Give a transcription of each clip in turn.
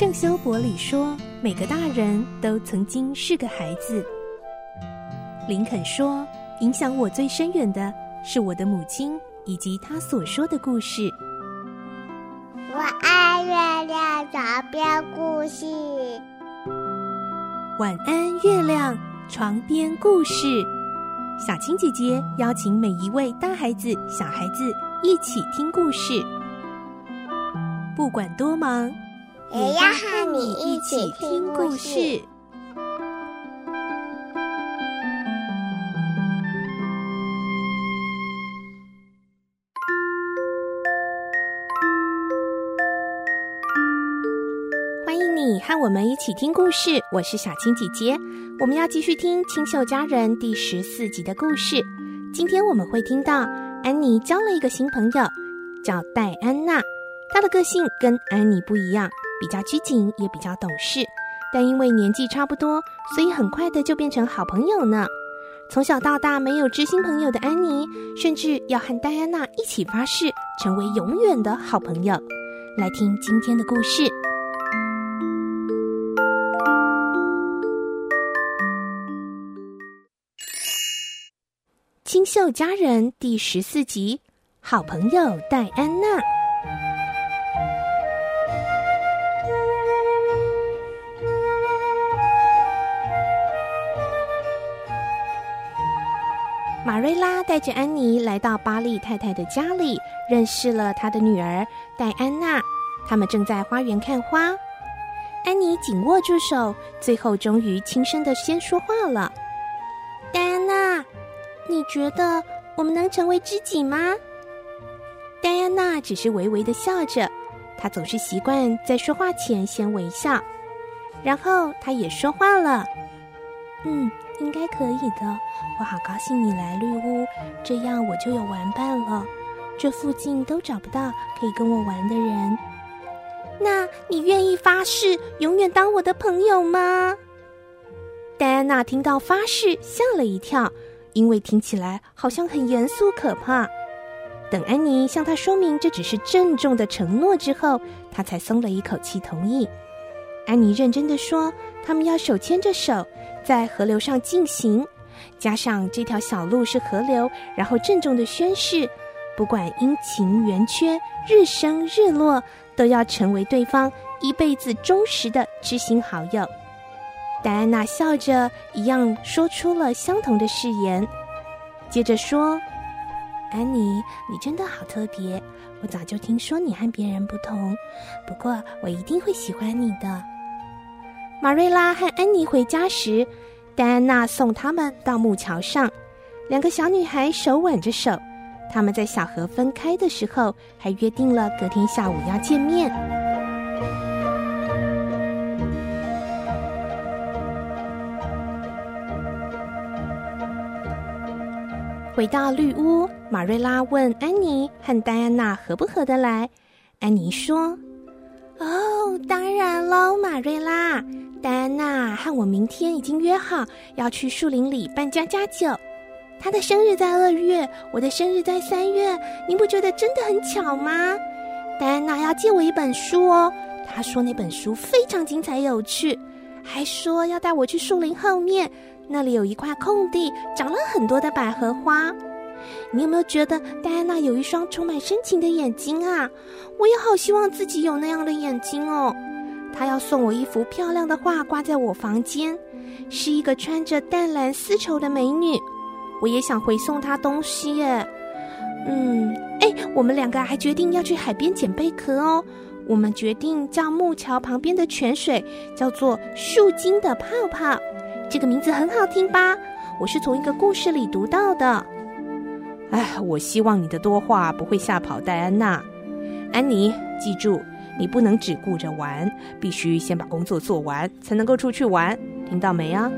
圣修伯里说，每个大人都曾经是个孩子。林肯说，影响我最深远的是我的母亲以及她所说的故事。 我爱月亮床边故事。 晚安，月亮床边故事。小青姐姐邀请每一位大孩子、小孩子一起听故事，不管多忙， 也要和你一起听故事。 欢迎你和我们一起听故事，我是小青姐姐。我们要继续听《清秀佳人》第14集的故事。今天我们会听到安妮交了一个新朋友，叫戴安娜。她的个性跟安妮不一样，比较拘谨，也比较懂事，但因为年纪差不多，所以很快的就变成好朋友呢。从小到大没有知心朋友的安妮，甚至要和戴安娜一起发誓，成为永远的好朋友。来听今天的故事。清秀佳人第14集，好朋友戴安娜。马瑞拉带着安妮来到巴利太太的家里，认识了她的女儿戴安娜。他们正在花园看花，安妮紧握住手，最后终于轻声地先说话了：戴安娜，你觉得我们能成为知己吗？戴安娜只是微微地笑着，她总是习惯在说话前先微笑。然后她也说话了：应该可以的，我好高兴你来绿屋，这样我就有玩伴了。这附近都找不到可以跟我玩的人。那你愿意发誓永远当我的朋友吗？戴安娜听到发誓吓了一跳，因为听起来好像很严肃可怕。等安妮向她说明这只是郑重的承诺之后，她才松了一口气同意。安妮认真地说，他们要手牵着手在河流上进行，加上这条小路是河流，然后郑重地宣誓，不管阴晴圆缺，日升日落，都要成为对方一辈子忠实的知心好友。戴安娜笑着一样说出了相同的誓言，接着说：安妮，你真的好特别，我早就听说你和别人不同，不过我一定会喜欢你的。马瑞拉和安妮回家时，戴安娜送他们到木桥上，两个小女孩手挽着手，他们在小河分开的时候还约定了隔天下午要见面。回到绿屋，马瑞拉问安妮和戴安娜合不合得来。安妮说：当然喽，马瑞拉，戴安娜和我明天已经约好要去树林里办家家酒，她的生日在2月，我的生日在3月，您不觉得真的很巧吗？戴安娜要借我一本书哦，她说那本书非常精彩有趣，还说要带我去树林后面，那里有一块空地，长了很多的百合花。你有没有觉得戴安娜有一双充满深情的眼睛啊？我也好希望自己有那样的眼睛哦。她要送我一幅漂亮的画挂在我房间，是一个穿着淡蓝丝绸的美女。我也想回送她东西耶。我们两个还决定要去海边捡贝壳哦。我们决定叫木桥旁边的泉水叫做树精的泡泡，这个名字很好听吧？我是从一个故事里读到的。我希望你的多话不会吓跑戴安娜。安妮，记住，你不能只顾着玩，必须先把工作做完，才能够出去玩，听到没啊？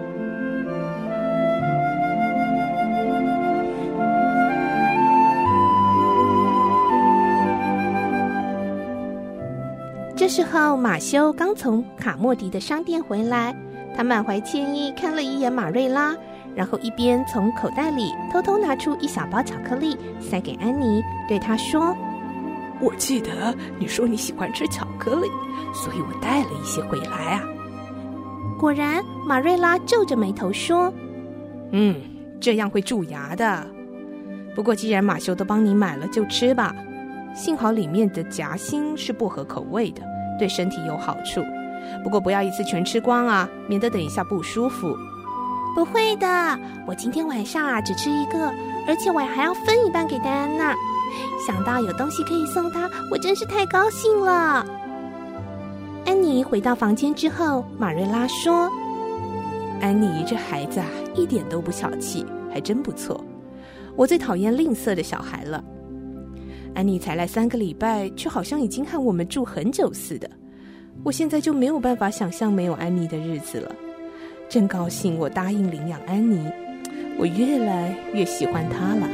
这时候马修刚从卡莫迪的商店回来，他满怀歉意看了一眼马瑞拉，然后一边从口袋里偷偷拿出一小包巧克力塞给安妮，对她说： 我记得你说你喜欢吃巧克力，所以我带了一些回来啊。 果然，马瑞拉皱着眉头说： 这样会蛀牙的。不过既然马修都帮你买了，就吃吧。幸好里面的夹心是薄荷口味的，对身体有好处。不过不要一次全吃光啊，免得等一下不舒服。 不会的，我今天晚上只吃一个，而且我还要分一半给戴安娜。想到有东西可以送她，我真是太高兴了。安妮回到房间之后，马瑞拉说： 安妮这孩子一点都不小气，还真不错。我最讨厌吝啬的小孩了。安妮才来3个礼拜，却好像已经和我们住很久似的。我现在就没有办法想象没有安妮的日子了。真高兴我答应领养安妮，我越来越喜欢她了。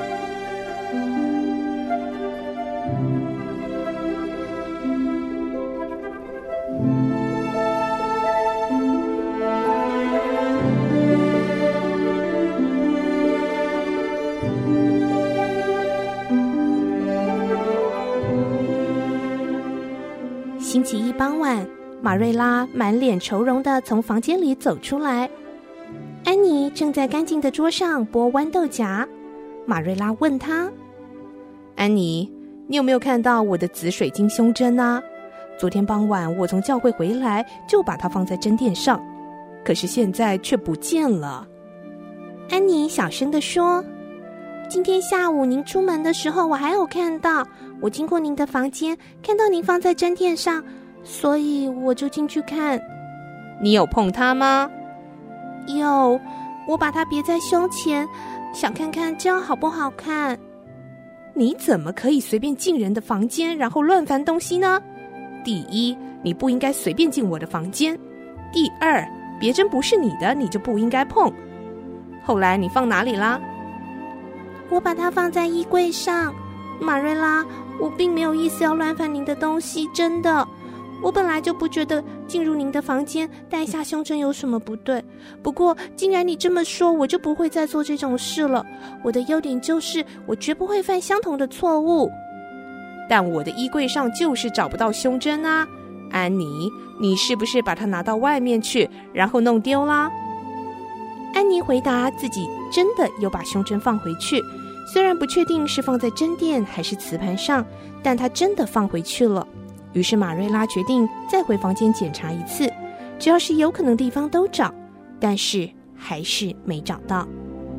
星期一傍晚，马瑞拉满脸愁容地从房间里走出来。安妮正在干净的桌上剥豌豆荚。马瑞拉问她： 安妮，你有没有看到我的紫水晶胸针啊？昨天傍晚我从教会回来，就把它放在针垫上，可是现在却不见了。 安妮小声地说：今天下午您出门的时候，我还有看到，我经过您的房间，看到您放在针垫上，所以我就进去看。 你有碰它吗？ 有，我把它别在胸前，想看看这样好不好看。 你怎么可以随便进人的房间，然后乱翻东西呢？第一，你不应该随便进我的房间；第二，别针不是你的，你就不应该碰。后来你放哪里啦？ 我把它放在衣柜上。马瑞拉，我并没有意思要乱翻您的东西，真的。我本来就不觉得进入您的房间戴下胸针有什么不对，不过既然你这么说，我就不会再做这种事了。我的优点就是我绝不会犯相同的错误。 但我的衣柜上就是找不到胸针啊。安妮，你是不是把它拿到外面去，然后弄丢啦？ 安妮回答自己真的有把胸针放回去，虽然不确定是放在针垫还是瓷盘上，但她真的放回去了。于是马瑞拉决定再回房间检查一次，只要是有可能的地方都找，但是还是没找到。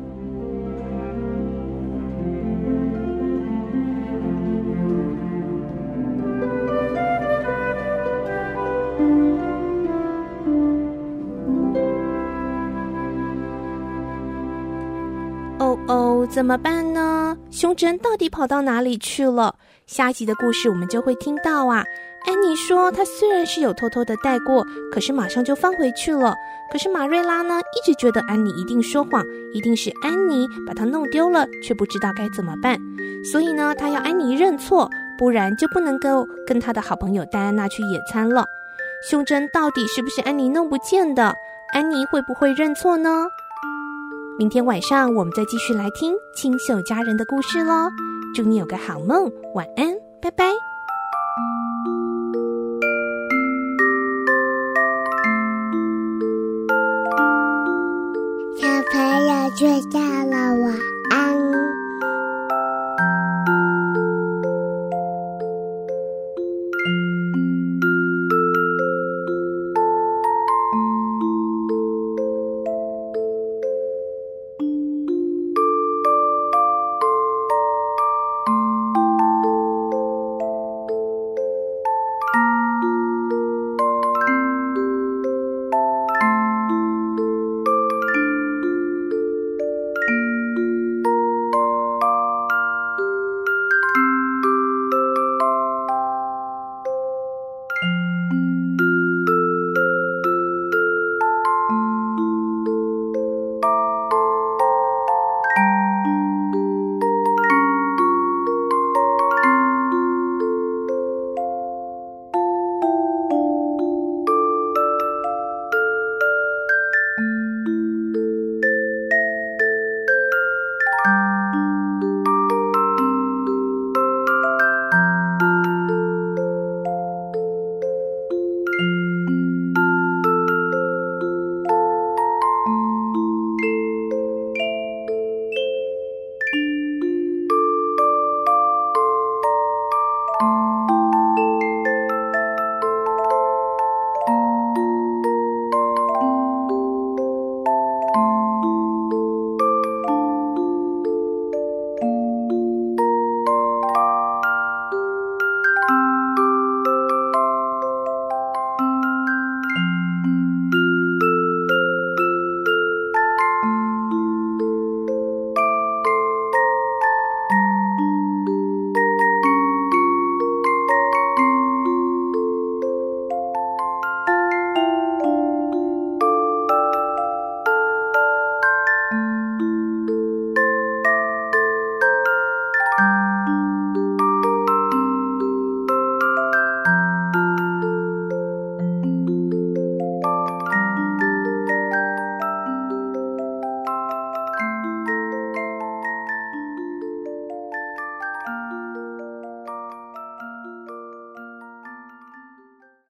怎么办呢？胸针到底跑到哪里去了？下一集的故事我们就会听到啊。安妮说她虽然是有偷偷的带过，可是马上就放回去了。可是马瑞拉呢，一直觉得安妮一定说谎，一定是安妮把她弄丢了，却不知道该怎么办。所以呢，她要安妮认错，不然就不能够跟她的好朋友戴安娜去野餐了。胸针到底是不是安妮弄不见的？安妮会不会认错呢？明天晚上我们再继续来听清秀佳人的故事咯。祝你有个好梦，晚安，拜拜。 小朋友睡觉了，晚安。